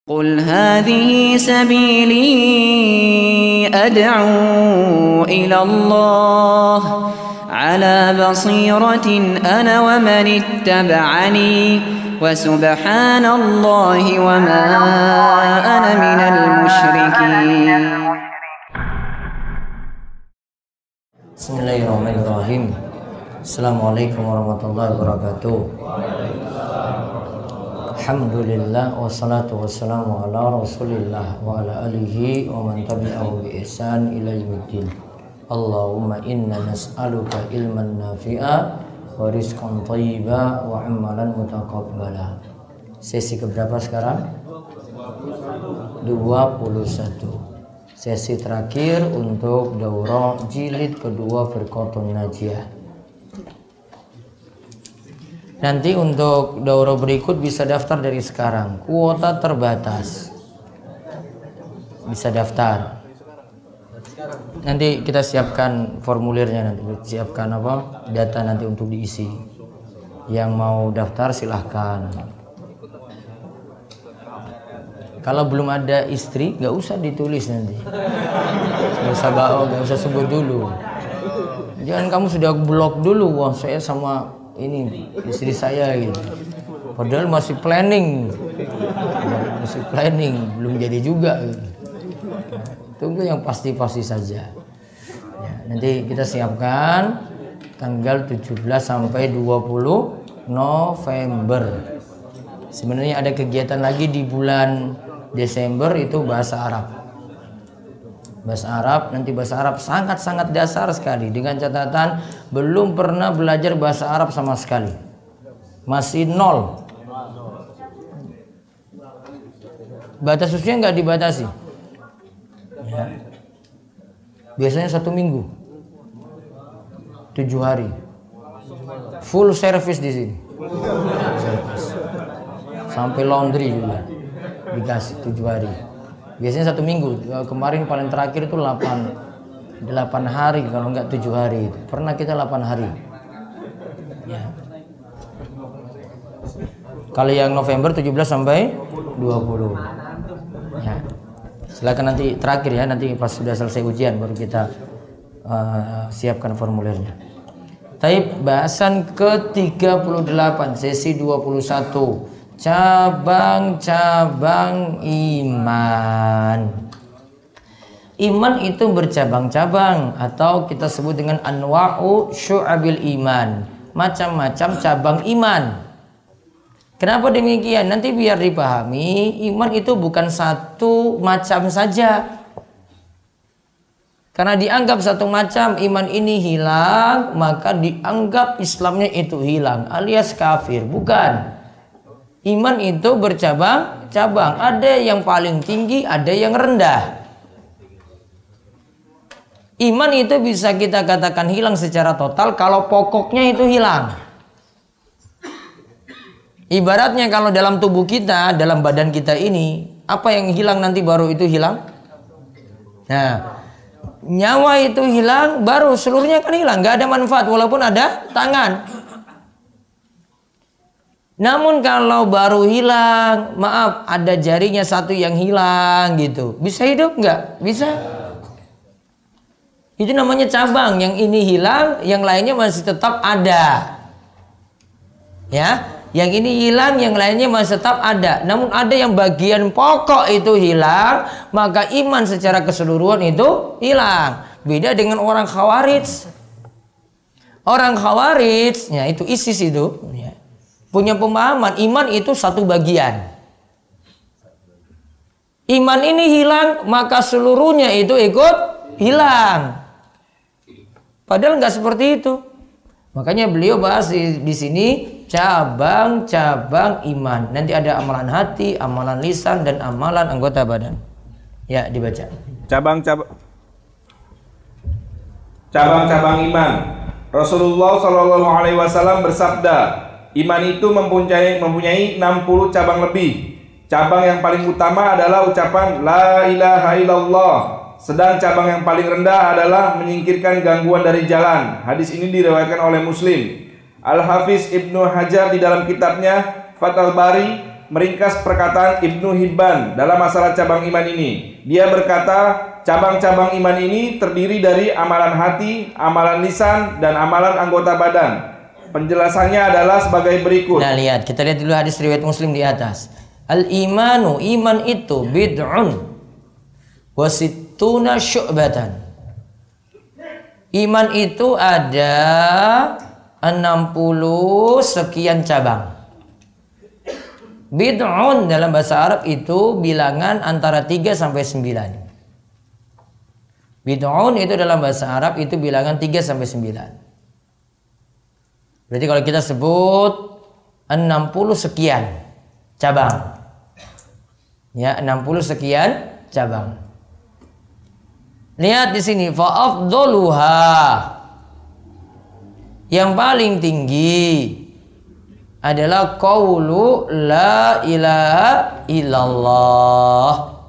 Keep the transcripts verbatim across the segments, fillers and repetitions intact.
قل هذه سبيلي أدعو إلى الله على بصيرة أنا ومن اتبعني وسبحان الله وما أنا من المشركين. بسم الله الرحمن الرحيم. السلام عليكم ورحمة الله وبركاته. Alhamdulillah wassalatu wassalamu ala rasulillah wa ala alihi wa man tabi'ahu bi ihsan ila yaumiddin. Allahumma inna nas'aluka ilman nafi'a wa rizqan thayyiba wa amalan mutaqabbala. Sesi keberapa sekarang? dua puluh satu. Sesi terakhir untuk daurah jilid kedua Firqatun Najiyah. Nanti untuk daurah berikut bisa daftar dari sekarang. Kuota terbatas. Bisa daftar. Nanti kita siapkan formulirnya, nanti siapkan apa? Data nanti untuk diisi. Yang mau daftar silahkan. Kalau belum ada istri, nggak usah ditulis nanti. Nggak usah bawa, nggak usah sebut dulu. Jangan kamu sudah blok dulu. Wah, saya sama ini istri saya gitu, padahal masih planning masih planning belum jadi juga gitu. Tunggu yang pasti-pasti saja ya, nanti kita siapkan tanggal tujuh belas sampai dua puluh November. Sebenarnya ada kegiatan lagi di bulan Desember, itu bahasa Arab. Bahasa Arab, nanti bahasa Arab sangat-sangat dasar sekali, dengan catatan belum pernah belajar bahasa Arab sama sekali, masih nol. Batas usia nggak dibatasi ya. Biasanya satu minggu, tujuh hari, full service di sini, service. Sampai laundry juga dikasih tujuh hari. Biasanya satu minggu. Kemarin paling terakhir itu delapan hari, kalau enggak tujuh hari. Pernah kita delapan hari ya. Kalau yang November tujuh belas sampai dua puluh ya. Silakan nanti terakhir ya, nanti pas sudah selesai ujian baru kita uh, siapkan formulirnya. Taib, bahasan ke tiga puluh delapan sesi dua puluh satu, cabang-cabang iman. Iman itu bercabang-cabang, atau kita sebut dengan anwa'u syu'abil iman, macam-macam cabang iman. Kenapa demikian? Nanti biar dipahami, iman itu bukan satu macam saja. Karena dianggap satu macam iman ini hilang, maka dianggap Islamnya itu hilang alias kafir. Bukan. Iman itu bercabang-cabang, ada yang paling tinggi, ada yang rendah. Iman itu bisa kita katakan hilang secara total kalau pokoknya itu hilang. Ibaratnya kalau dalam tubuh kita, dalam badan kita ini, apa yang hilang nanti baru itu hilang? Nah, nyawa itu hilang, baru seluruhnya kan hilang, nggak ada manfaat walaupun ada tangan. Namun kalau baru hilang, maaf, ada jarinya satu yang hilang gitu, bisa hidup nggak? Bisa. Itu namanya cabang. Yang ini hilang, yang lainnya masih tetap ada. Ya, yang ini hilang, yang lainnya masih tetap ada. Namun ada yang bagian pokok itu hilang, maka iman secara keseluruhan itu hilang. Beda dengan orang Khawarij. Orang Khawarij, ya itu ISIS itu. Ya, punya pemahaman iman itu satu bagian. Iman ini hilang, maka seluruhnya itu ikut hilang. Padahal nggak seperti itu. Makanya beliau bahas di, di sini cabang-cabang iman. Nanti ada amalan hati, amalan lisan, dan amalan anggota badan. Ya, dibaca. Cabang-cabang cabang-cabang iman. Rasulullah Shallallahu Alaihi Wasallam bersabda, iman itu mempunyai mempunyai enam puluh cabang lebih. Cabang yang paling utama adalah ucapan la ilaha illallah. Sedang cabang yang paling rendah adalah menyingkirkan gangguan dari jalan. Hadis ini diriwayatkan oleh Muslim. Al-Hafiz Ibnu Hajar di dalam kitabnya Fathul Bari meringkas perkataan Ibnu Hibban dalam masalah cabang iman ini. Dia berkata, cabang-cabang iman ini terdiri dari amalan hati, amalan lisan, dan amalan anggota badan. Penjelasannya adalah sebagai berikut. Nah, lihat, kita lihat dulu hadis riwayat Muslim di atas. Al-imanu, iman itu bid'un wa sittuna syu'batan. Iman itu ada enam puluh sekian cabang. Bid'un dalam bahasa Arab itu bilangan antara tiga sampai sembilan. Bid'un itu dalam bahasa Arab itu bilangan tiga sampai sembilan. Berarti kalau kita sebut enam puluh sekian cabang. Ya, enam puluh sekian cabang. Lihat di sini, fa afdaluha. Yang paling tinggi adalah qaulu la ilaha illallah.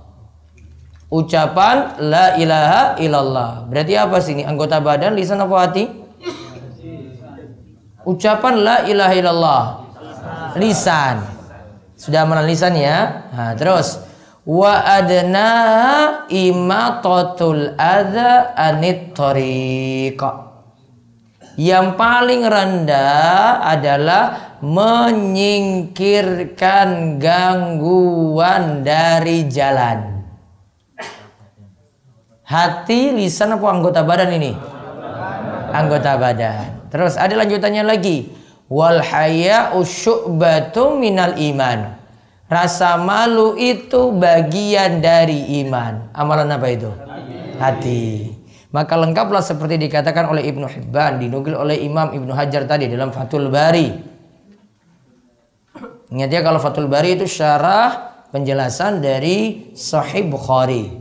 Ucapan la ilaha illallah. Berarti apa sini? Anggota badan, lisan apa hati? Ucapan la ilaha illallah. Lisan. Sudah amalan lisan ya. Nah, terus wa adna imatatul adza anit tariq. Yang paling rendah adalah menyingkirkan gangguan dari jalan. Hati, lisan apa anggota badan ini? Anggota badan. Terus ada lanjutannya lagi. Wal haya'u syu'batun minal iman. Rasa malu itu bagian dari iman. Amalan apa itu? Hati. Maka lengkaplah seperti dikatakan oleh Ibnu Hibban, dinukil oleh Imam Ibnu Hajar tadi dalam Fathul Bari. Ingat ya, kalau Fathul Bari itu syarah penjelasan dari Sahih Bukhari.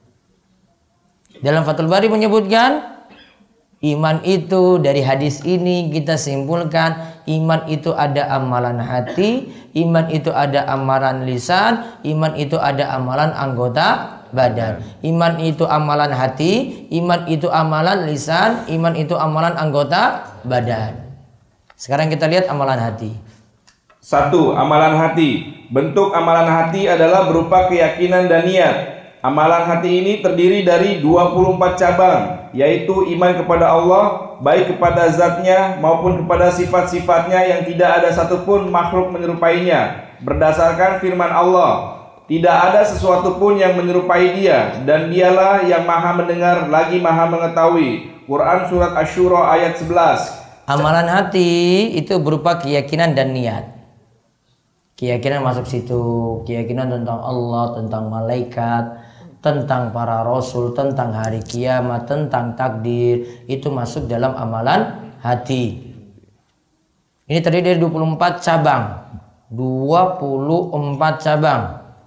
Dalam Fathul Bari menyebutkan iman itu, dari hadis ini kita simpulkan iman itu ada amalan hati, iman itu ada amalan lisan, iman itu ada amalan anggota badan. Iman itu amalan hati, iman itu amalan lisan, iman itu amalan anggota badan. Sekarang kita lihat amalan hati. Satu, amalan hati. Bentuk amalan hati adalah berupa keyakinan dan niat. Amalan hati ini terdiri dari dua puluh empat cabang, yaitu iman kepada Allah, baik kepada zatnya maupun kepada sifat-sifatnya yang tidak ada satupun makhluk menyerupainya. Berdasarkan firman Allah, tidak ada sesuatu pun yang menyerupai dia, dan dialah yang maha mendengar lagi maha mengetahui. Quran Surat Asy-Syura ayat sebelas. Amalan hati itu berupa keyakinan dan niat. Keyakinan masuk situ, keyakinan tentang Allah, tentang malaikat, tentang para rasul, tentang hari kiamat, tentang takdir, itu masuk dalam amalan hati. Ini terdiri dari dua puluh empat cabang. dua puluh empat cabang.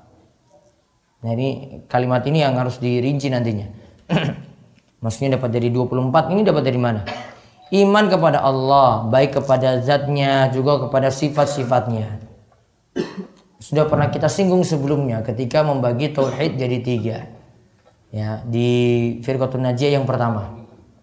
Nah, ini kalimat ini yang harus dirinci nantinya. Maksudnya dapat dari dua puluh empat, ini dapat dari mana? Iman kepada Allah, baik kepada zatnya juga kepada sifat-sifatnya. Sudah pernah kita singgung sebelumnya ketika membagi tauhid jadi tiga. Ya, di Firqatun Najiyah yang pertama.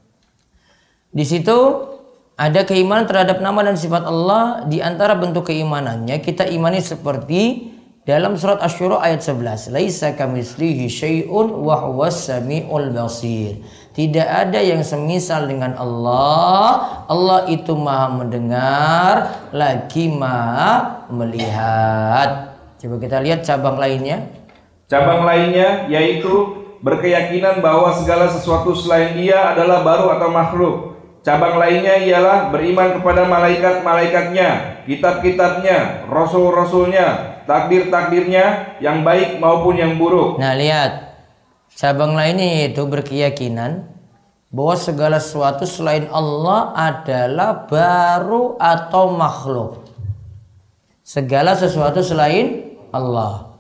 Di situ ada keimanan terhadap nama dan sifat Allah. Di antara bentuk keimanannya kita imani seperti dalam surat Asy-Syura ayat sebelas. Laisa kamitslihi syai'un wa huwas samiul basir. Tidak ada yang semisal dengan Allah. Allah itu maha mendengar lagi maha melihat. Coba kita lihat cabang lainnya. Cabang lainnya yaitu berkeyakinan bahwa segala sesuatu selain dia adalah baru atau makhluk. Cabang lainnya ialah beriman kepada malaikat-malaikatnya, kitab-kitabnya, rasul-rasulnya, takdir-takdirnya yang baik maupun yang buruk. Nah, lihat. Cabang lainnya yaitu berkeyakinan bahwa segala sesuatu selain Allah adalah baru atau makhluk. Segala sesuatu selain Allah.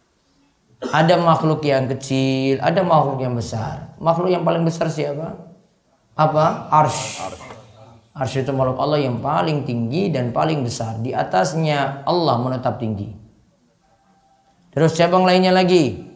Ada makhluk yang kecil, ada makhluk yang besar. Makhluk yang paling besar siapa? Apa? Arsy. Arsy itu makhluk Allah yang paling tinggi dan paling besar. Di atasnya Allah menetap tinggi. Terus cabang lainnya lagi.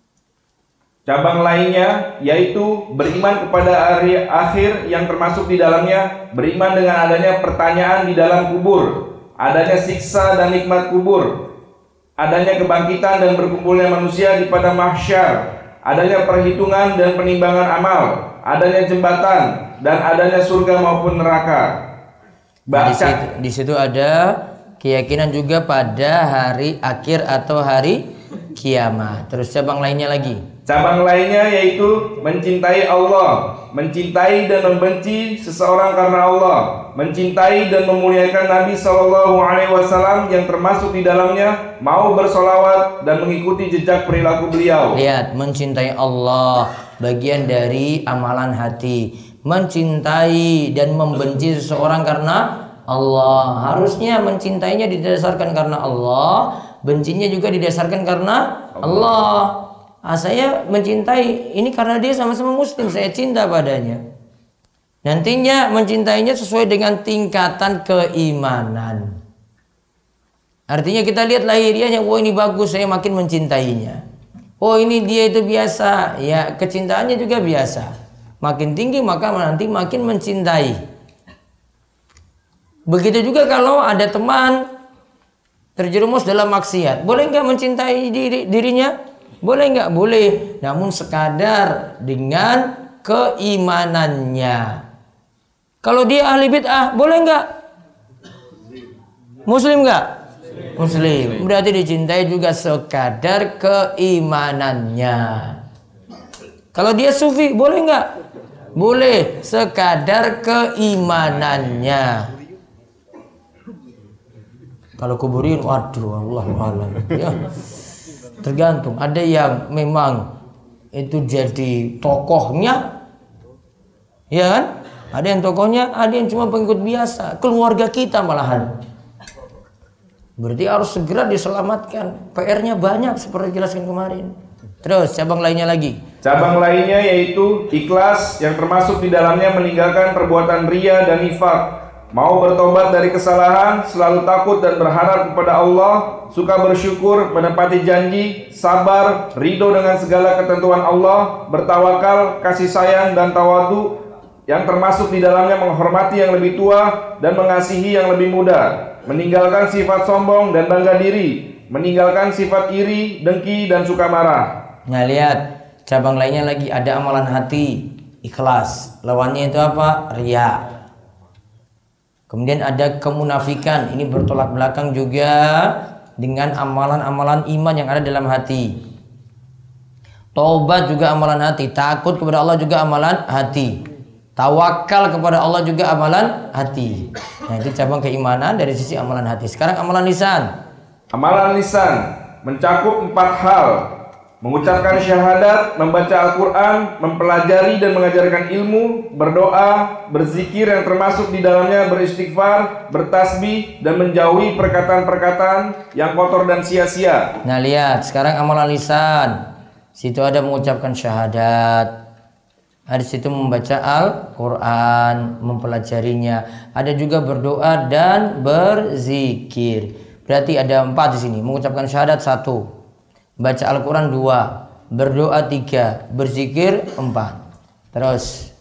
Cabang lainnya yaitu beriman kepada hari akhir yang termasuk di dalamnya, beriman dengan adanya pertanyaan di dalam kubur, adanya siksa dan nikmat kubur, adanya kebangkitan dan berkumpulnya manusia di padang mahsyar, adanya perhitungan dan penimbangan amal, adanya jembatan, dan adanya surga maupun neraka. Nah, di, situ, di situ ada keyakinan juga pada hari akhir atau hari kiamat. Terus cabang lainnya lagi. Cabang lainnya yaitu mencintai Allah, mencintai dan membenci seseorang karena Allah, mencintai dan memuliakan Nabi Shallallahu Alaihi Wasallam yang termasuk di dalamnya mau bersolawat dan mengikuti jejak perilaku beliau. Lihat, mencintai Allah bagian dari amalan hati. Mencintai dan membenci seseorang karena Allah. Harusnya mencintainya didasarkan karena Allah, bencinya juga didasarkan karena Allah. Ah, saya mencintai ini karena dia sama-sama muslim, saya cinta padanya. Nantinya mencintainya sesuai dengan tingkatan keimanan. Artinya kita lihat lahiriahnya, oh ini bagus, saya makin mencintainya. Oh ini dia itu biasa, ya kecintaannya juga biasa. Makin tinggi maka nanti makin mencintai. Begitu juga kalau ada teman terjerumus dalam maksiat, boleh nggak mencintai diri, dirinya? Boleh nggak? Boleh. Namun sekadar dengan keimanannya. Kalau dia ahli bid'ah, boleh nggak? Muslim nggak? Muslim. Berarti dicintai juga sekadar keimanannya. Kalau dia sufi, boleh nggak? Boleh. Sekadar keimanannya. Kalau kuburin, waduh, Allahu a'lam. Ya. Tergantung, ada yang memang itu jadi tokohnya, ya kan? Ada yang tokohnya, ada yang cuma pengikut biasa, keluarga kita malahan. Berarti harus segera diselamatkan. P R-nya banyak seperti dijelaskan kemarin. Terus cabang lainnya lagi. Cabang lainnya yaitu ikhlas yang termasuk di dalamnya meninggalkan perbuatan ria dan nifak. Mau bertobat dari kesalahan, selalu takut dan berharap kepada Allah, suka bersyukur, menepati janji, sabar, ridho dengan segala ketentuan Allah, bertawakal, kasih sayang dan tawadu, yang termasuk di dalamnya menghormati yang lebih tua dan mengasihi yang lebih muda, meninggalkan sifat sombong dan bangga diri, meninggalkan sifat iri, dengki dan suka marah. Nah lihat, cabang lainnya lagi ada amalan hati, ikhlas. Lawannya itu apa? Riya. Kemudian ada kemunafikan, ini bertolak belakang juga dengan amalan-amalan iman yang ada dalam hati. Taubat juga amalan hati, takut kepada Allah juga amalan hati. Tawakal kepada Allah juga amalan hati. Nah itu cabang keimanan dari sisi amalan hati. Sekarang amalan lisan. Amalan lisan mencakup empat hal. Mengucapkan syahadat, membaca Al-Quran, mempelajari dan mengajarkan ilmu, berdoa, berzikir yang termasuk di dalamnya beristighfar, bertasbih, dan menjauhi perkataan-perkataan yang kotor dan sia-sia. Nah lihat, sekarang amalan lisan. Situ ada mengucapkan syahadat, ada situ membaca Al-Quran, mempelajarinya. Ada juga berdoa dan berzikir. Berarti ada empat di sini. Mengucapkan syahadat satu, baca Al-Quran dua, berdoa tiga, berzikir empat. Terus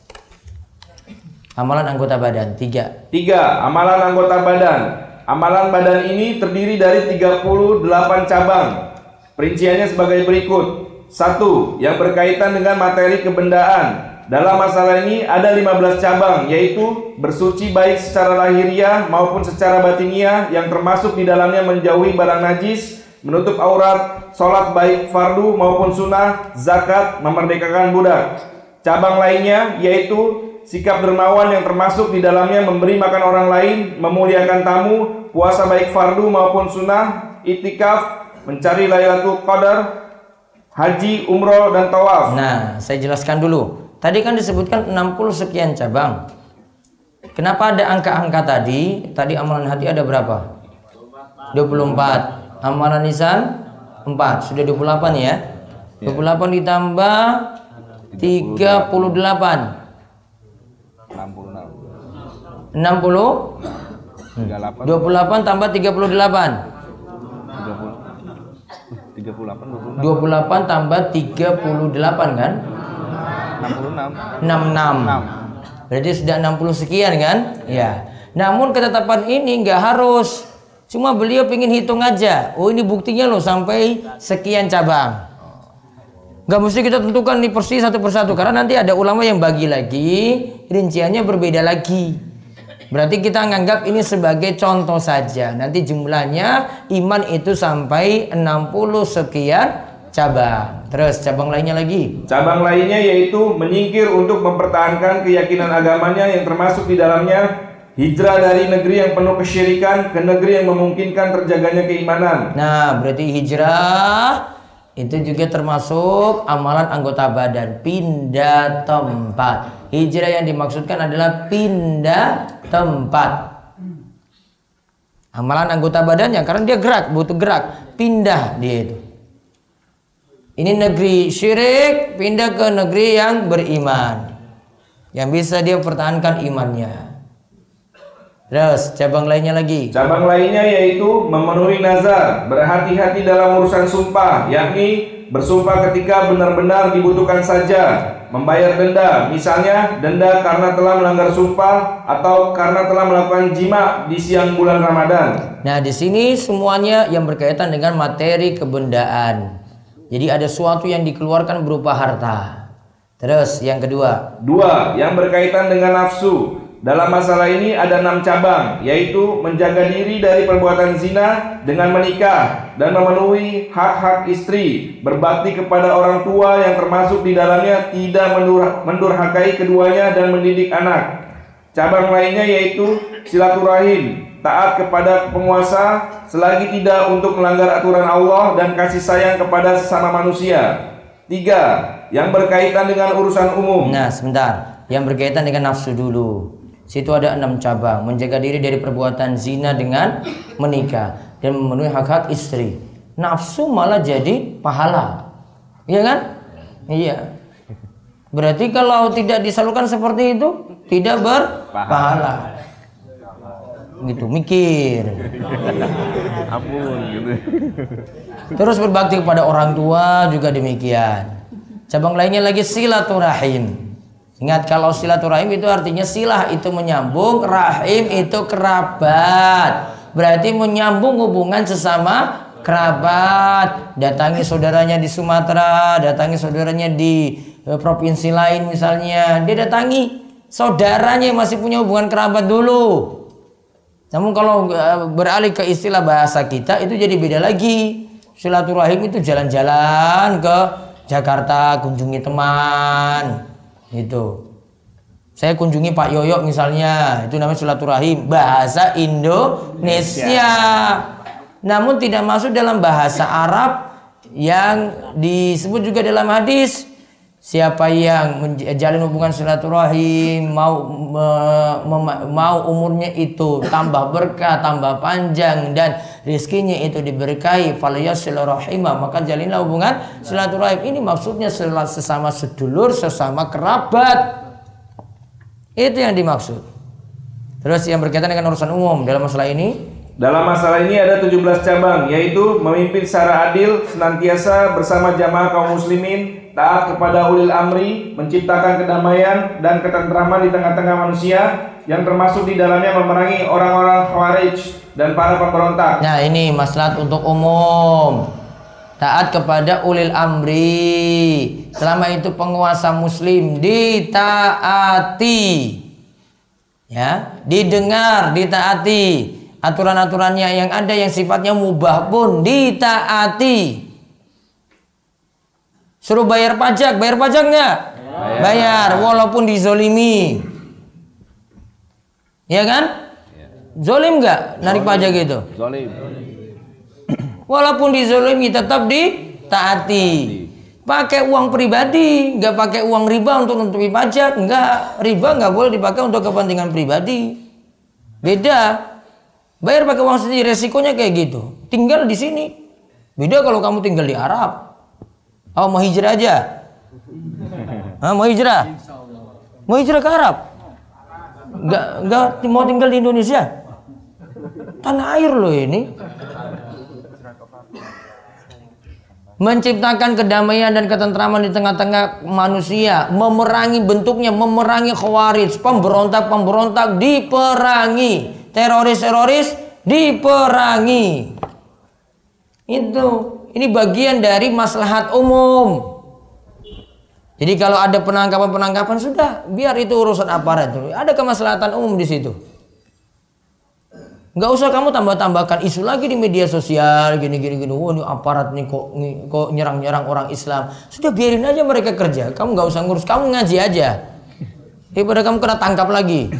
amalan anggota badan tiga. Tiga, amalan anggota badan. Amalan badan ini terdiri dari tiga puluh delapan cabang. Perinciannya sebagai berikut. Satu, yang berkaitan dengan materi kebendaan. Dalam masalah ini ada lima belas cabang, yaitu bersuci baik secara lahiriah maupun secara batiniah, yang termasuk di dalamnya menjauhi barang najis, menutup aurat, sholat baik fardu maupun sunnah, zakat, memerdekakan budak. Cabang lainnya yaitu sikap dermawan yang termasuk di dalamnya memberi makan orang lain, memuliakan tamu, puasa baik fardu maupun sunnah, itikaf, mencari Lailatul Qadar, haji, umroh, dan tawaf. Nah, saya jelaskan dulu. Tadi kan disebutkan enam puluh sekian cabang. Kenapa ada angka-angka tadi? Tadi amalan hati ada berapa? dua puluh empat. Amalan lisan empat, sudah dua puluh delapan ya. dua puluh delapan ditambah tiga puluh delapan. enam puluh. dua puluh delapan tambah tiga puluh delapan. dua puluh delapan tambah tiga puluh delapan kan? enam puluh enam. enam puluh enam. Berarti sudah enam puluh sekian kan? Ya. Namun ketetapan ini nggak harus Cuma beliau ingin hitung aja. Oh ini buktinya loh sampai sekian cabang. Gak mesti kita tentukan nih persis satu persatu. Karena nanti ada ulama yang bagi lagi. Rinciannya berbeda lagi. Berarti kita menganggap ini sebagai contoh saja. Nanti jumlahnya iman itu sampai enam puluh sekian cabang. Terus cabang lainnya lagi. Cabang lainnya yaitu menyingkir untuk mempertahankan keyakinan agamanya yang termasuk di dalamnya hijrah dari negeri yang penuh kesyirikan ke negeri yang memungkinkan terjaganya keimanan. Nah, berarti hijrah itu juga termasuk amalan anggota badan, pindah tempat. Hijrah yang dimaksudkan adalah pindah tempat. Amalan anggota badannya karena dia gerak, butuh gerak, pindah dia itu. Ini negeri syirik, pindah ke negeri yang beriman. Yang bisa dia pertahankan imannya. Terus cabang lainnya lagi. Cabang lainnya yaitu memenuhi nazar, berhati-hati dalam urusan sumpah, yakni bersumpah ketika benar-benar dibutuhkan saja, membayar denda, misalnya denda karena telah melanggar sumpah atau karena telah melakukan jima di siang bulan Ramadan. Nah, di sini semuanya yang berkaitan dengan materi kebendaan. Jadi ada sesuatu yang dikeluarkan berupa harta. Terus yang kedua. Dua, yang berkaitan dengan nafsu. Dalam masalah ini ada enam cabang, yaitu menjaga diri dari perbuatan zina dengan menikah dan memenuhi hak-hak istri, berbakti kepada orang tua yang termasuk di dalamnya tidak mendur mendurhakai keduanya dan mendidik anak. Cabang lainnya yaitu silaturahim, taat kepada penguasa selagi tidak untuk melanggar aturan Allah dan kasih sayang kepada sesama manusia. Tiga, yang berkaitan dengan urusan umum. Nah, sebentar, yang berkaitan dengan nafsu dulu. Situ ada enam cabang. Menjaga diri dari perbuatan zina dengan menikah dan memenuhi hak-hak istri. Nafsu malah jadi pahala. Iya kan? Iya. Berarti kalau tidak disalurkan seperti itu tidak berpahala. Gitu, mikir. Ampun gitu. Terus berbakti kepada orang tua juga demikian. Cabang lainnya lagi silaturahim. Ingat, kalau silaturahim itu artinya silah itu menyambung, rahim itu kerabat. Berarti menyambung hubungan sesama kerabat. Datangi saudaranya di Sumatera, datangi saudaranya di provinsi lain misalnya. Dia datangi saudaranya yang masih punya hubungan kerabat dulu. Namun kalau beralih ke istilah bahasa kita itu jadi beda lagi. Silaturahim itu jalan-jalan ke Jakarta, kunjungi teman. Itu saya kunjungi Pak Yoyo misalnya, itu namanya silaturahim bahasa Indonesia. Namun tidak masuk dalam bahasa Arab yang disebut juga dalam hadis. Siapa yang menjalin hubungan silaturahim mau me, me, mau umurnya itu tambah berkah, tambah panjang dan rezekinya itu diberkahi, falyasil rahimah, maka jalinlah hubungan silaturahim. Ini maksudnya sesama sedulur, sesama kerabat. Itu yang dimaksud. Terus yang berkaitan dengan urusan umum dalam masalah ini. Dalam masalah ini ada tujuh belas cabang, yaitu memimpin secara adil, senantiasa bersama jamaah kaum muslimin, taat kepada ulil amri, menciptakan kedamaian dan ketentraman di tengah-tengah manusia, yang termasuk di dalamnya memerangi orang-orang Khawarij dan para pemberontak. Nah, ini maslahat untuk umum. Taat kepada ulil amri, selama itu penguasa muslim ditaati. Ya, didengar, ditaati. Aturan-aturannya yang ada yang sifatnya mubah pun ditaati. Suruh bayar pajak, bayar pajak nggak? Bayar. Bayar, walaupun dizolimi. Ya kan? Zolim nggak narik pajak itu? Zolim. Walaupun dizolimi tetap ditaati. Pakai uang pribadi, nggak pakai uang riba untuk menutupi pajak, nggak. Riba nggak boleh dipakai untuk kepentingan pribadi. Beda. Bayar pakai uang sendiri, resikonya kayak gitu. Tinggal di sini. Beda kalau kamu tinggal di Arab. Oh, mau hijrah aja? Ah, mau hijrah? Mau hijrah ke Arab? Nggak, nggak mau tinggal di Indonesia? Tanah air loh ini. Menciptakan kedamaian dan ketentraman di tengah-tengah manusia, memerangi bentuknya, memerangi khawarij, pemberontak-pemberontak diperangi, teroris-teroris diperangi. Itu, ini bagian dari maslahat umum. Jadi kalau ada penangkapan-penangkapan sudah, biar itu urusan aparat. Ada kemaslahatan umum di situ. Nggak usah kamu tambah-tambahkan isu lagi di media sosial gini-gini gini. Wah, ini aparat nih kok kok nyerang-nyerang orang Islam. Sudah biarin aja mereka kerja. Kamu nggak usah ngurus, kamu ngaji aja. Daripada kamu kena tangkap lagi.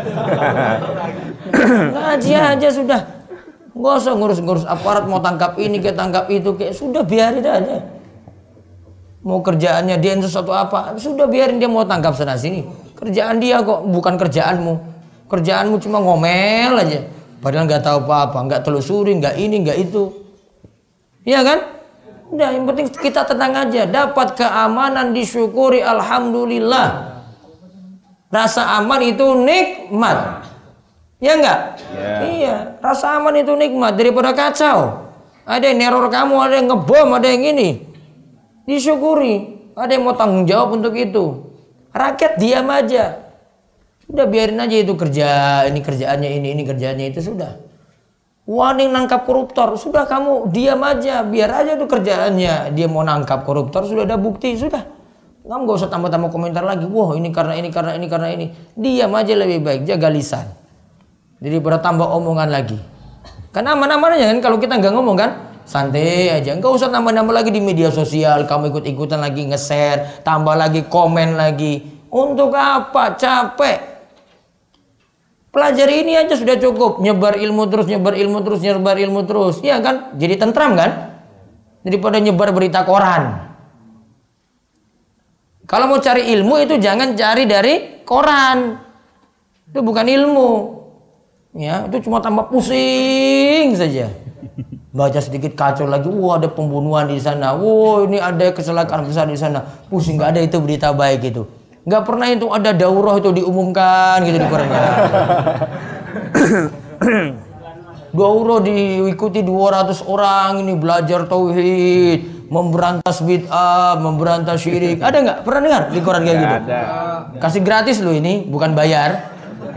Ngaji aja sudah. Nggak usah ngurus-ngurus aparat mau tangkap ini kayak tangkap itu kayak sudah biarin aja. Mau kerjaannya dia sesuatu apa, sudah biarin dia mau tangkap sana sini. Kerjaan dia kok, bukan kerjaanmu. Kerjaanmu cuma ngomel aja. Padahal nggak tahu apa-apa, nggak telusuri, nggak ini, nggak itu. Iya kan? Udah, yang penting kita tenang aja. Dapat keamanan, disyukuri, alhamdulillah. Rasa aman itu nikmat. Ya enggak? Yeah. Iya, rasa aman itu nikmat daripada kacau. Ada yang neror kamu, ada yang ngebom, ada yang ini. Disyukuri. Ada yang mau tanggung jawab untuk itu. Rakyat diam aja. Sudah biarin aja itu kerja, ini kerjaannya ini, ini kerjaannya itu sudah. Warning nangkap koruptor, sudah kamu diam aja, biar aja itu kerjaannya. Dia mau nangkap koruptor, sudah ada bukti, sudah. Kamu gak usah tambah-tambah komentar lagi. Wah ini karena ini, karena ini, karena ini. Diam aja lebih baik, jaga lisan. Jadi bertambah omongan lagi. Kan aman-aman aja kan kalau kita nggak ngomong kan. Santai aja, nggak usah nambah-nambah lagi di media sosial. Kamu ikut-ikutan lagi nge-share, tambah lagi komen lagi. Untuk apa? Capek. Pelajari ini aja sudah cukup. Nyebar ilmu terus, nyebar ilmu terus, nyebar ilmu terus. Iya kan? Jadi tentram kan? Daripada nyebar berita koran. Kalau mau cari ilmu itu jangan cari dari koran. Itu bukan ilmu. Ya, itu cuma tambah pusing saja. Baca sedikit kacau lagi. Wah, ada pembunuhan di sana. Wah, ini ada kecelakaan besar di sana. Pusing, nggak ada itu berita baik itu. Nggak pernah itu ada daurah itu diumumkan gitu di koran. Daurah diikuti dua ratus orang ini belajar tauhid, memberantas bid'ah, memberantas syirik. Ada nggak? Pernah dengar di koran kayak gitu? Ada. Kasih gratis loh ini, bukan bayar.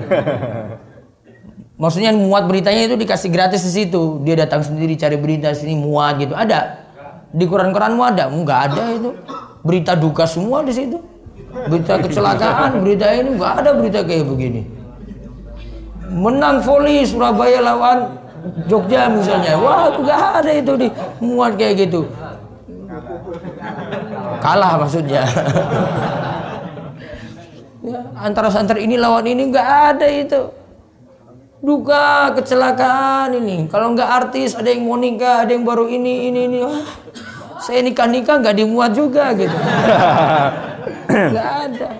Maksudnya muat beritanya itu dikasih gratis di situ. Dia datang sendiri cari berita sini muat gitu. Ada. Di koran-koranmu ada? Enggak ada itu. Berita duka semua di situ. Berita kecelakaan, berita ini enggak ada berita kayak begini. Menang voli Surabaya lawan Jogja misalnya. Wah, enggak ada itu di muat kayak gitu. Kalah maksudnya. Ya, antara santer ini lawan ini enggak ada itu. Duka, kecelakaan ini. Kalau nggak artis, ada yang mau nikah, ada yang baru ini, ini, ini. Wah, saya nikah-nikah nggak dimuat juga gitu. Nggak ada.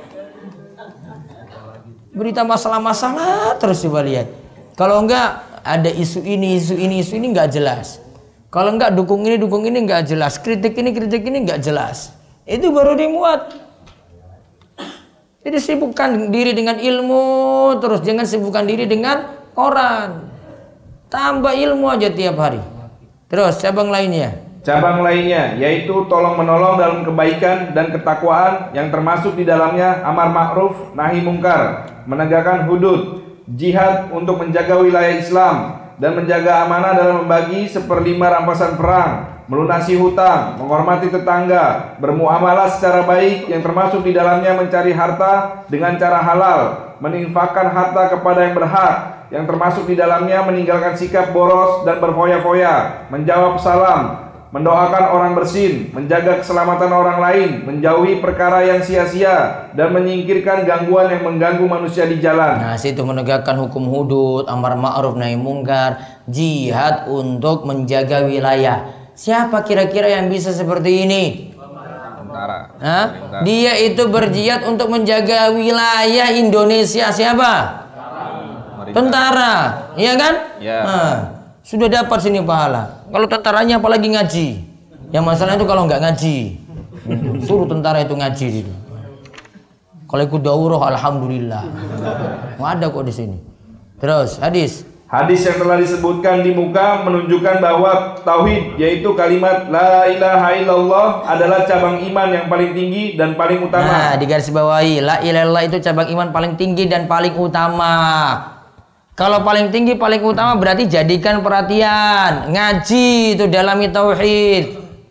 Berita masalah-masalah terus coba lihat. Kalau nggak ada isu ini, isu ini, isu ini nggak jelas. Kalau nggak dukung ini, dukung ini nggak jelas. Kritik ini, kritik ini nggak jelas. Itu baru dimuat. Jadi sibukkan diri dengan ilmu terus, jangan sibukkan diri dengan koran. Tambah ilmu aja tiap hari. Terus cabang lainnya. Cabang lainnya yaitu tolong menolong dalam kebaikan dan ketakwaan yang termasuk di dalamnya amar ma'ruf nahi mungkar, menegakkan hudud, jihad untuk menjaga wilayah Islam dan menjaga amanah dalam membagi seperlima rampasan perang, melunasi hutang, menghormati tetangga, bermuamalah secara baik yang termasuk di dalamnya mencari harta dengan cara halal, menginfakkan harta kepada yang berhak, yang termasuk di dalamnya meninggalkan sikap boros dan berfoya-foya, menjawab salam, mendoakan orang bersin, menjaga keselamatan orang lain, menjauhi perkara yang sia-sia, dan menyingkirkan gangguan yang mengganggu manusia di jalan. Nah, situ menegakkan hukum hudud, amar ma'ruf nahi mungkar, jihad untuk menjaga wilayah. Siapa kira-kira yang bisa seperti ini? Tentara. Hah? Dia itu berjihad untuk menjaga wilayah Indonesia. Siapa? Tentara, iya kan? Ya. Nah, sudah dapat sini pahala. Kalau tentaranya apalagi ngaji. Yang masalah itu kalau nggak ngaji, suruh tentara itu ngaji itu. Kalau ikut daurah, alhamdulillah. Nggak ada kok di sini. Terus hadis. Hadis yang telah disebutkan di muka menunjukkan bahwa tauhid, yaitu kalimat la ilaha illallah, adalah cabang iman yang paling tinggi dan paling utama. Nah, digarisbawahi, la ilaha illallah itu cabang iman paling tinggi dan paling utama. Kalau paling tinggi, paling utama berarti jadikan perhatian, ngaji itu dalami tauhid.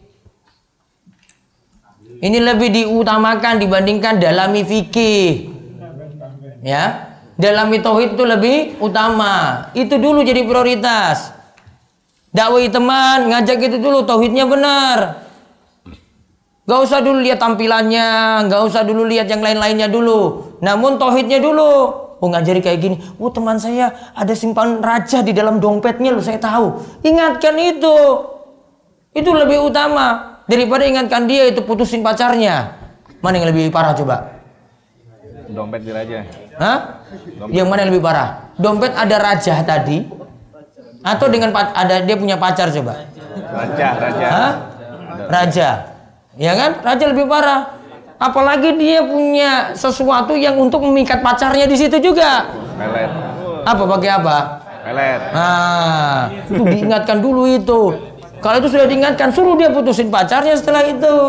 Ini lebih diutamakan dibandingkan dalami fikih. Ya, dalami tauhid itu lebih utama. Itu dulu jadi prioritas. Dakwai teman, ngajak itu dulu, tauhidnya benar. Gak usah dulu lihat tampilannya, gak usah dulu lihat yang lain-lainnya dulu. Namun tauhidnya dulu. Oh, ngajari kayak gini. Oh, teman saya ada simpan raja di dalam dompetnya loh, saya tahu. Ingatkan itu. Itu lebih utama daripada ingatkan dia itu putusin pacarnya. Mana yang lebih parah coba? Dompet di raja. Hah? Dompet. Yang mana yang lebih parah? Dompet ada raja tadi atau dengan ada dia punya pacar coba? Raja, raja. Hah? Raja. Ya kan? Raja lebih parah. Apalagi dia punya sesuatu yang untuk memikat pacarnya di situ juga. Pelet. Apa pakai apa? Pelet. Nah, itu diingatkan dulu itu. Kalau itu sudah diingatkan, suruh dia putusin pacarnya setelah itu.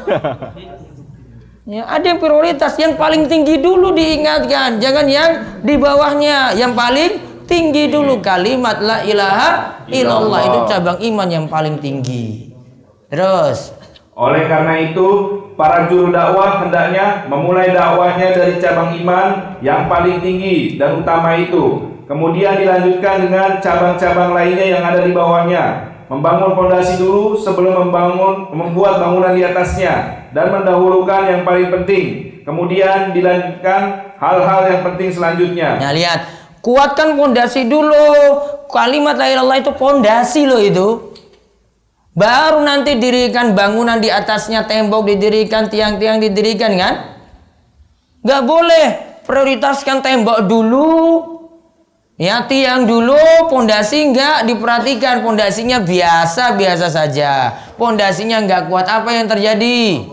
Ya, ada yang prioritas yang paling tinggi dulu diingatkan, jangan yang di bawahnya. Yang paling tinggi dulu kalimat la ilaha illallah, itu cabang iman yang paling tinggi. Terus, oleh karena itu, para juru dakwah hendaknya memulai dakwahnya dari cabang iman yang paling tinggi dan utama itu. Kemudian dilanjutkan dengan cabang-cabang lainnya yang ada di bawahnya. Membangun fondasi dulu sebelum membangun membuat bangunan di atasnya, dan mendahulukan yang paling penting. Kemudian dilanjutkan hal-hal yang penting selanjutnya. Nah, lihat, kuatkan fondasi dulu. Kalimat la ilaha illallah itu fondasi loh itu. Baru nanti dirikan bangunan di atasnya, tembok didirikan, tiang-tiang didirikan kan? Gak boleh prioritaskan tembok dulu, ya tiang dulu, fondasi nggak diperhatikan, fondasinya biasa-biasa saja, fondasinya nggak kuat, apa yang terjadi?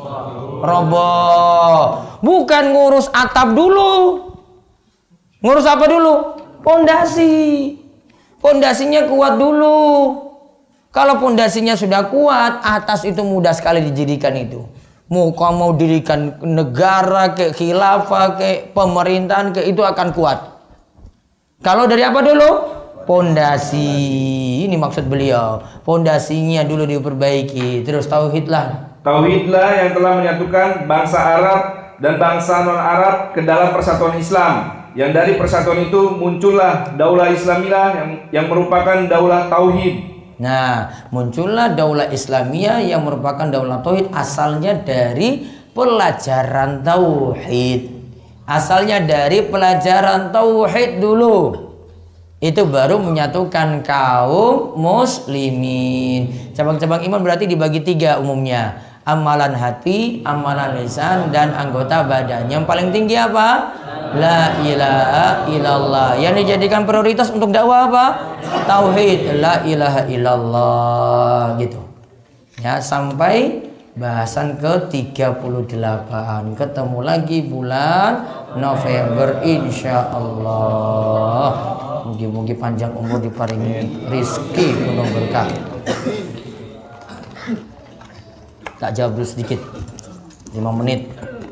Roboh. Bukan ngurus atap dulu, ngurus apa dulu? Fondasi. Fondasinya kuat dulu. Kalau fondasinya sudah kuat, atas itu mudah sekali dijadikan itu. Mau kamu mau dirikan negara, ke khilafah, ke pemerintahan, ke itu akan kuat. Kalau dari apa dulu? Fondasi. Ini maksud beliau. Fondasinya dulu diperbaiki. Terus tauhidlah. Tauhidlah yang telah menyatukan bangsa Arab dan bangsa non-Arab ke dalam persatuan Islam. Yang dari persatuan itu muncullah daulah Islamiyah yang, yang merupakan daulah tauhid. Nah, muncullah daulah Islamiyah yang merupakan daulah tauhid, asalnya dari pelajaran tauhid. Asalnya dari pelajaran tauhid dulu. Itu baru menyatukan kaum muslimin. Cabang-cabang iman berarti dibagi tiga umumnya. Amalan hati, amalan lisan, dan anggota badan. Yang paling tinggi apa? La ilaha illallah. Yang dijadikan prioritas untuk dakwah apa? Tauhid. La ilaha illallah. Gitu. Ya, sampai bahasan ke tiga puluh delapan. Ketemu lagi bulan November insyaallah. Mugi-mugi panjang umur diparingi rizki penuh berkah. Tak jawab dulu sedikit, lima menit.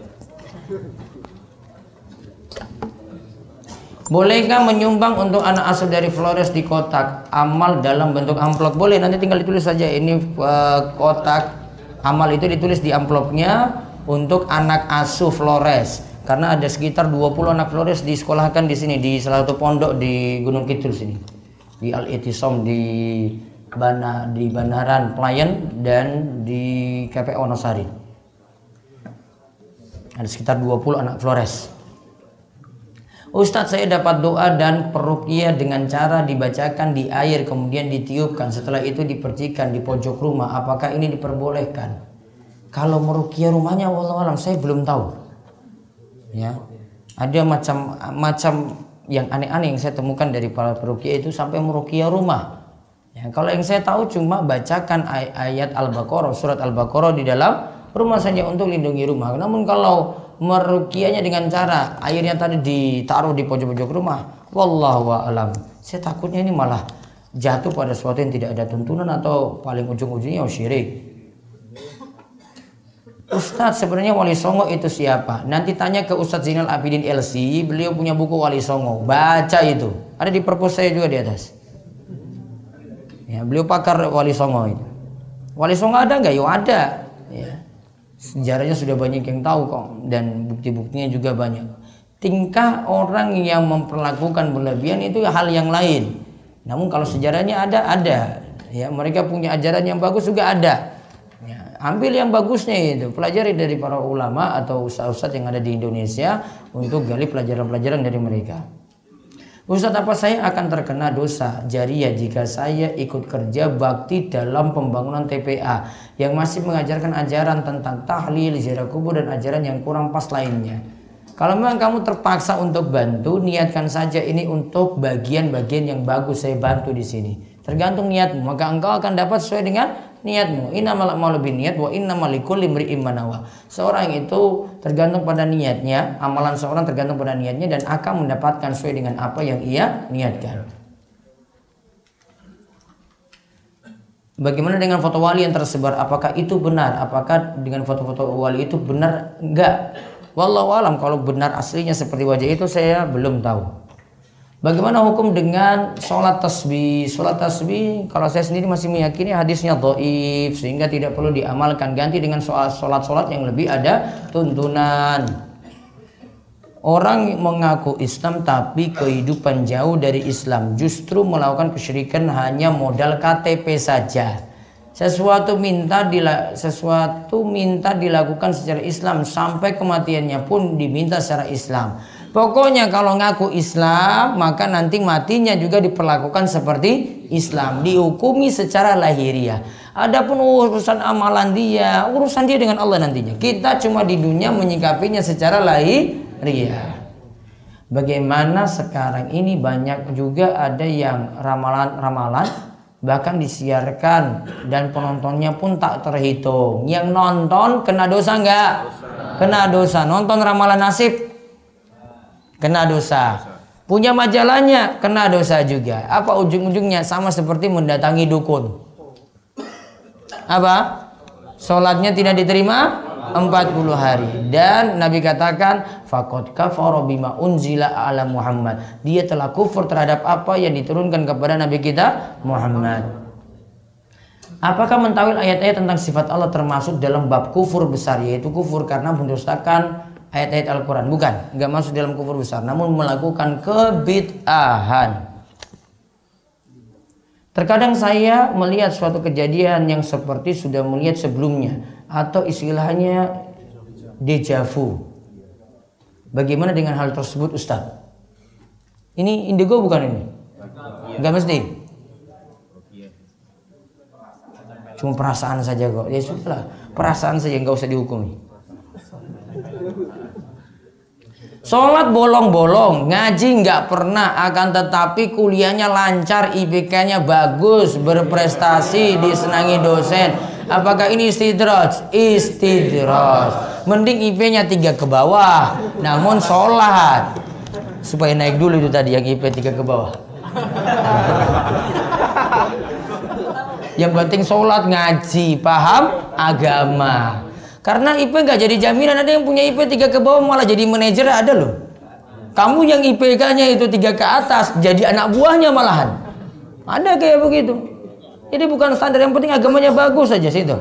Bolehkah menyumbang untuk anak asuh dari Flores di kotak amal dalam bentuk amplop? Boleh, nanti tinggal ditulis saja. Ini uh, kotak amal itu ditulis di amplopnya untuk anak asuh Flores. Karena ada sekitar dua puluh anak Flores disekolahkan di sini, di salah satu pondok di Gunung Kidul sini. Di Al-Ittisom, di Bana, di Banaran Pelayan, dan di K P O Wonosari. Ada sekitar dua puluh anak Flores. Ustadz, saya dapat doa dan peruqyah dengan cara dibacakan di air kemudian ditiupkan, setelah itu dipercikan di pojok rumah. Apakah ini diperbolehkan? Kalau meruqyah rumahnya wallahu alam, saya belum tahu. Ya, ada macam macam yang aneh-aneh yang saya temukan dari para peruqyah itu sampai meruqyah rumah. Ya, kalau yang saya tahu cuma bacakan ay ayat Al-Baqarah, surat Al-Baqarah di dalam rumah saja untuk lindungi rumah. Namun kalau meruqyahnya dengan cara airnya tadi ditaruh di pojok-pojok rumah, wallahu a'lam, saya takutnya ini malah jatuh pada sesuatu yang tidak ada tuntunan atau paling ujung-ujungnya syirik. Ustadz sebenarnya Wali Songo itu siapa? Nanti tanya ke Ustadz Zainal Abidin L C, beliau punya buku Wali Songo, baca itu. Ada di perpus saya juga di atas. Ya, beliau pakar Wali Songo itu. Wali Songo ada nggak? Yo ada. Ya. Sejarahnya sudah banyak yang tahu kok, dan bukti-buktinya juga banyak. Tingkah orang yang memperlakukan berlebihan itu hal yang lain. Namun kalau sejarahnya ada, ada. Ya, mereka punya ajaran yang bagus juga ada. Ya, ambil yang bagusnya itu, pelajari dari para ulama atau ustadz-ustadz yang ada di Indonesia untuk gali pelajaran-pelajaran dari mereka. Ustadz, apa saya akan terkena dosa jariah jika saya ikut kerja bakti dalam pembangunan T P A yang masih mengajarkan ajaran tentang tahlil, ziarah kubur dan ajaran yang kurang pas lainnya? Kalau memang kamu terpaksa untuk bantu, niatkan saja ini untuk bagian-bagian yang bagus saya bantu di sini. Tergantung niatmu, maka engkau akan dapat sesuai dengan niatmu. Innamal a'malu binniyat wa innamal likulli imri'in ma nawa. Seorang itu tergantung pada niatnya, amalan seorang tergantung pada niatnya dan akan mendapatkan sesuai dengan apa yang ia niatkan. Bagaimana dengan foto wali yang tersebar? Apakah itu benar? Apakah dengan foto-foto wali itu benar? Enggak. Wallahu alam, kalau benar aslinya seperti wajah itu saya belum tahu. Bagaimana hukum dengan sholat tasbih? Sholat tasbih kalau saya sendiri masih meyakini hadisnya dhaif sehingga tidak perlu diamalkan. Ganti dengan sholat-sholat yang lebih ada tuntunan. Orang mengaku Islam tapi kehidupan jauh dari Islam, justru melakukan kesyirikan hanya modal K T P saja. Sesuatu minta dila, sesuatu minta dilakukan secara Islam sampai kematiannya pun diminta secara Islam. Pokoknya kalau ngaku Islam maka nanti matinya juga diperlakukan seperti Islam, dihukumi secara lahiriah. Adapun urusan amalan dia, urusan dia dengan Allah nantinya. Kita cuma di dunia menyikapinya secara lahiriah. Bagaimana sekarang ini banyak juga ada yang ramalan-ramalan bahkan disiarkan dan penontonnya pun tak terhitung. Yang nonton kena dosa enggak? Kena dosa. Nonton ramalan nasib kena dosa. Punya majalahnya kena dosa juga. Apa ujung-ujungnya? Sama seperti mendatangi dukun. Apa? Sholatnya tidak diterima empat puluh hari. Dan Nabi katakan faqad kafara bima unzila ala Muhammad. Dia telah kufur terhadap apa yang diturunkan kepada Nabi kita Muhammad. Apakah mentawil ayat-ayat tentang sifat Allah termasuk dalam bab kufur besar, yaitu kufur karena mendustakan ayat-ayat Al-Quran? Bukan, nggak masuk dalam kufur besar, namun melakukan kebid'ahan. Terkadang saya melihat suatu kejadian yang seperti sudah melihat sebelumnya, atau istilahnya deja vu. Bagaimana dengan hal tersebut, Ustaz? Ini indigo bukan ini? Enggak mesti. Cuma perasaan saja kok. Ya sudahlah, perasaan saja, enggak usah dihukumi. Sholat bolong-bolong, ngaji nggak pernah, akan tetapi kuliahnya lancar, I P K-nya bagus, berprestasi, disenangi dosen. Apakah ini istidraj? Istidraj. Mending I P-nya tiga ke bawah, namun sholat. Supaya naik dulu itu tadi yang I P tiga ke bawah. Yang penting sholat, ngaji, paham agama. Karena I P nggak jadi jaminan. Ada yang punya I P tiga ke bawah malah jadi manajer, ada loh. Kamu yang I P K-nya itu tiga ke atas jadi anak buahnya malahan. Ada kayak begitu. Jadi bukan standar, yang penting agamanya bagus saja situ.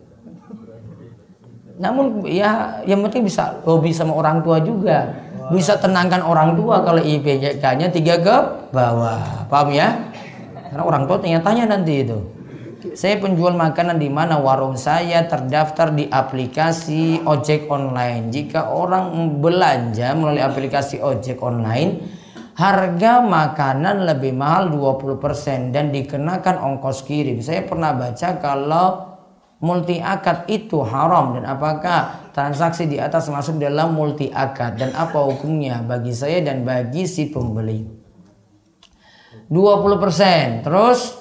Namun ya yang penting bisa hobi sama orang tua juga. Bisa tenangkan orang tua kalau I P K-nya tiga ke bawah. Paham ya? Karena orang tua tanya-tanya nanti itu. Saya penjual makanan di mana warung saya terdaftar di aplikasi ojek online. Jika orang belanja melalui aplikasi ojek online, harga makanan lebih mahal dua puluh persen dan dikenakan ongkos kirim. Saya pernah baca kalau multi akad itu haram, dan apakah transaksi di atas masuk dalam multi akad dan apa hukumnya bagi saya dan bagi si pembeli? dua puluh persen. Terus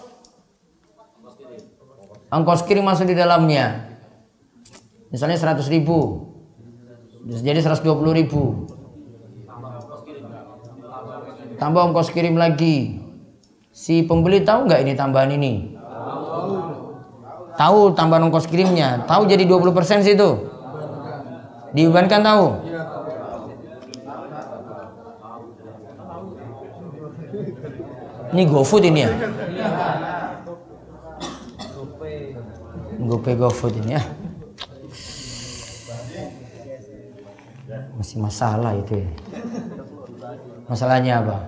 ongkos kirim masuk di dalamnya. Misalnya seratus ribu. Jadi seratus dua puluh ribu. Tambah ongkos kirim lagi. Si pembeli tahu nggak ini tambahan ini? Tahu tambahan ongkos kirimnya. Tahu jadi dua puluh persen situ. Diubankan tahu? Ini GoFood ini ya? GoPay GoFood ini ya? Masih masalah itu ya. Masalahnya apa?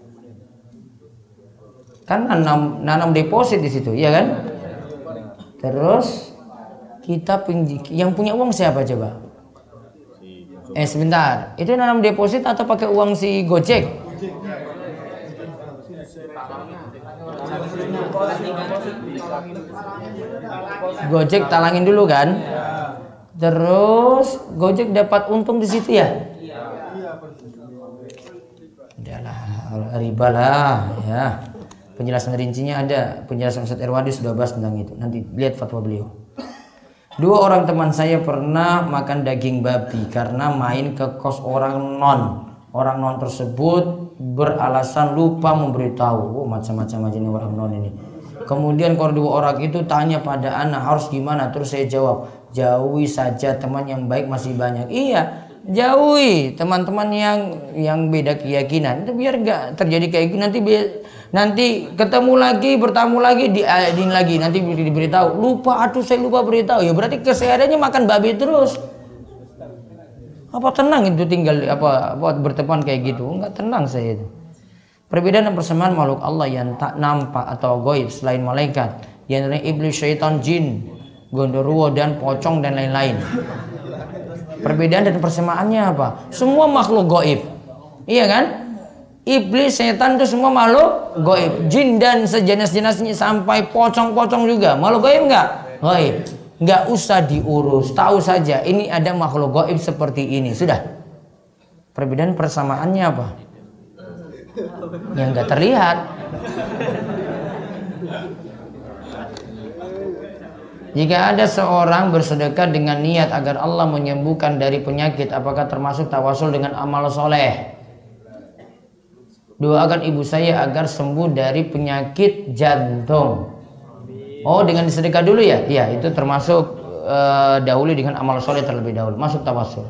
Kan nanam, nanam deposit di situ, ya kan? Terus kita yang punya uang siapa coba? Eh sebentar, itu nanam deposit atau pakai uang si Gojek? Gojek talangin dulu kan? Terus Gojek dapat untung di situ ya? Udahlah, riba lah ya. Penjelasan rincinya ada, penjelasan Ustaz Erwadi sudah bahas tentang itu. Nanti lihat fatwa beliau. Dua orang teman saya pernah makan daging babi karena main ke kos orang non. Orang non tersebut beralasan lupa memberitahu. Oh, macam-macam aja nih orang non ini. Kemudian kalau dua orang itu tanya pada anak harus gimana, terus saya jawab, jauhi saja, teman yang baik masih banyak. Iya, jauhi teman-teman yang yang beda keyakinan. Itu biar nggak terjadi kayak gitu. Nanti biar, nanti ketemu lagi, bertamu lagi, diadin lagi, nanti diberitahu. Lupa, aduh saya lupa beritahu. Ya berarti kesehariannya makan babi terus. Apa tenang itu tinggal apa buat berteman kayak gitu? Enggak tenang saya itu. Perbedaan dan persamaan makhluk Allah yang tak nampak atau goib selain malaikat, yang dari iblis, syaitan, jin, gondoruo dan pocong dan lain-lain. Perbedaan dan persamaannya apa? Semua makhluk goib, iya kan? Iblis, setan itu semua makhluk goib. Jin dan sejenis-jenisnya sampai pocong-pocong juga makhluk goib enggak? Goib. Enggak usah diurus, tahu saja ini ada makhluk goib seperti ini, sudah. Perbedaan persamaannya apa? Yang enggak terlihat. Jika ada seorang bersedekah dengan niat agar Allah menyembuhkan dari penyakit, apakah termasuk tawasul dengan amal soleh? Doakan ibu saya agar sembuh dari penyakit jantung. Oh, dengan disedekah dulu ya? Iya, itu termasuk uh, dahulu dengan amal soleh terlebih dahulu. Masuk tawasul.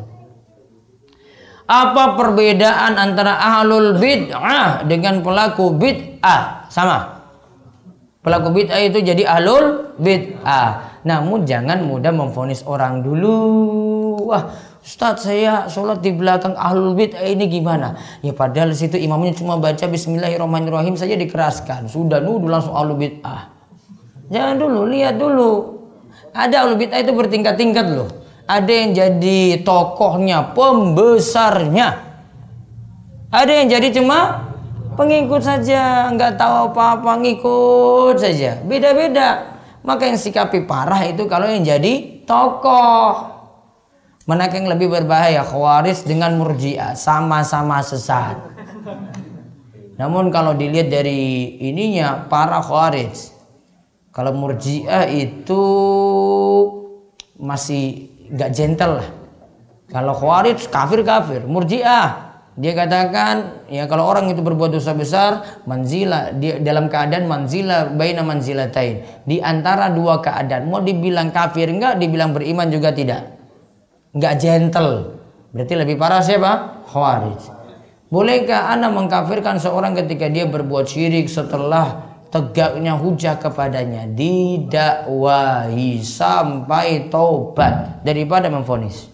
Apa perbedaan antara ahlul bid'ah dengan pelaku bid'ah? Sama. Pelaku bid'ah itu jadi ahlul bid'ah. Namun jangan mudah memvonis orang dulu. Wah, Ustadz saya sholat di belakang ahlul bid'ah ini gimana? Ya padahal situ imamnya cuma baca Bismillahirrahmanirrahim saja dikeraskan. Sudah nuduh langsung ahlul bid'ah. Jangan dulu, lihat dulu. Ada ahlul bid'ah itu bertingkat-tingkat loh. Ada yang jadi tokohnya, pembesarnya. Ada yang jadi cuma pengikut saja, nggak tahu apa-apa, ngikut saja. Beda-beda. Maka yang sikapi parah itu kalau yang jadi tokoh. Manakah yang lebih berbahaya, Khawarij dengan Murji'ah? Sama-sama sesat. Namun kalau dilihat dari ininya, para Khawarij, kalau Murji'ah itu masih gak gentle lah. Kalau Khawarij kafir-kafir. Murji'ah dia katakan ya kalau orang itu berbuat dosa besar, manzila dia dalam keadaan manzila baina manzilatain, di antara dua keadaan, mau dibilang kafir enggak, dibilang beriman juga tidak. Enggak gentle. Berarti lebih parah siapa? Khawarij. Bolehkah Anda mengkafirkan seorang ketika dia berbuat syirik setelah tegaknya hujah kepadanya, didakwahi sampai taubat daripada memvonis?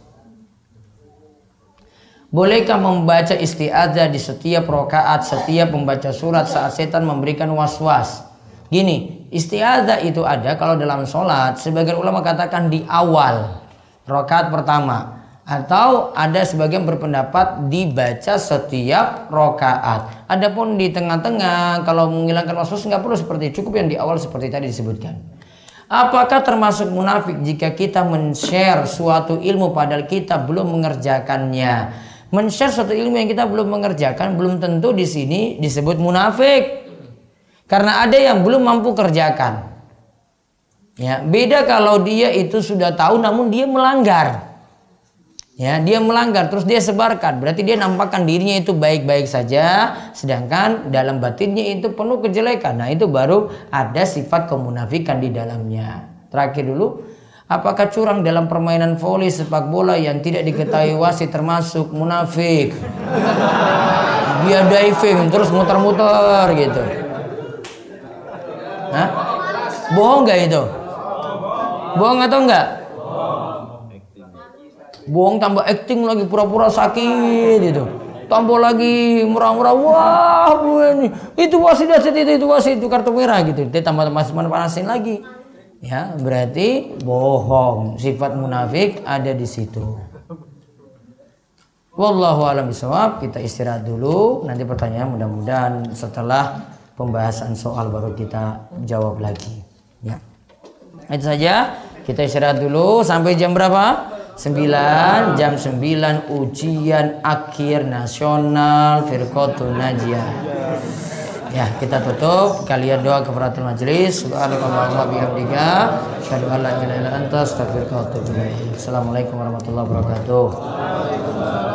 Bolehkah membaca isti'adzah di setiap rakaat, setiap membaca surat saat setan memberikan was-was? Gini, isti'adzah itu ada kalau dalam sholat, sebagian ulama katakan di awal rakaat pertama, atau ada sebagian berpendapat dibaca setiap rakaat. Adapun di tengah-tengah kalau menghilangkan was-was nggak perlu seperti itu, cukup yang di awal seperti tadi disebutkan. Apakah termasuk munafik jika kita men-share suatu ilmu padahal kita belum mengerjakannya? Men-share suatu ilmu yang kita belum mengerjakan belum tentu di sini disebut munafik. Karena ada yang belum mampu kerjakan. Ya, beda kalau dia itu sudah tahu namun dia melanggar. Ya, dia melanggar terus dia sebarkan, berarti dia nampakkan dirinya itu baik-baik saja, sedangkan dalam batinnya itu penuh kejelekan. Nah, itu baru ada sifat kemunafikan di dalamnya. Terakhir dulu, Apakah curang dalam permainan voli sepak bola yang tidak diketahui wasit termasuk munafik? Dia diving terus muter-muter gitu. Hah? Bohong nggak itu? Bohong atau enggak? Bohong tambah acting lagi, pura-pura sakit gitu. Tambah lagi murah-murah, wah bu ini itu wasit wasit itu itu wasit itu kartu merah gitu. Dia tambah masih panasin lagi. Ya, berarti bohong. Sifat munafik ada di situ. Wallahu a'lam bishawab. Kita istirahat dulu. Nanti pertanyaan mudah-mudahan setelah pembahasan soal baru kita jawab lagi. Ya. Itu saja. Kita istirahat dulu sampai jam berapa? sembilan. Jam sembilan ujian akhir nasional Firqatun Najiyah. Ya, kita tutup. Kalian doa kafaratul majelis. Subhanallah wa bihamdika, asyhadu an la ilaha illa anta, astaghfiruka wa atubu ilaik. Assalamualaikum warahmatullahi wabarakatuh.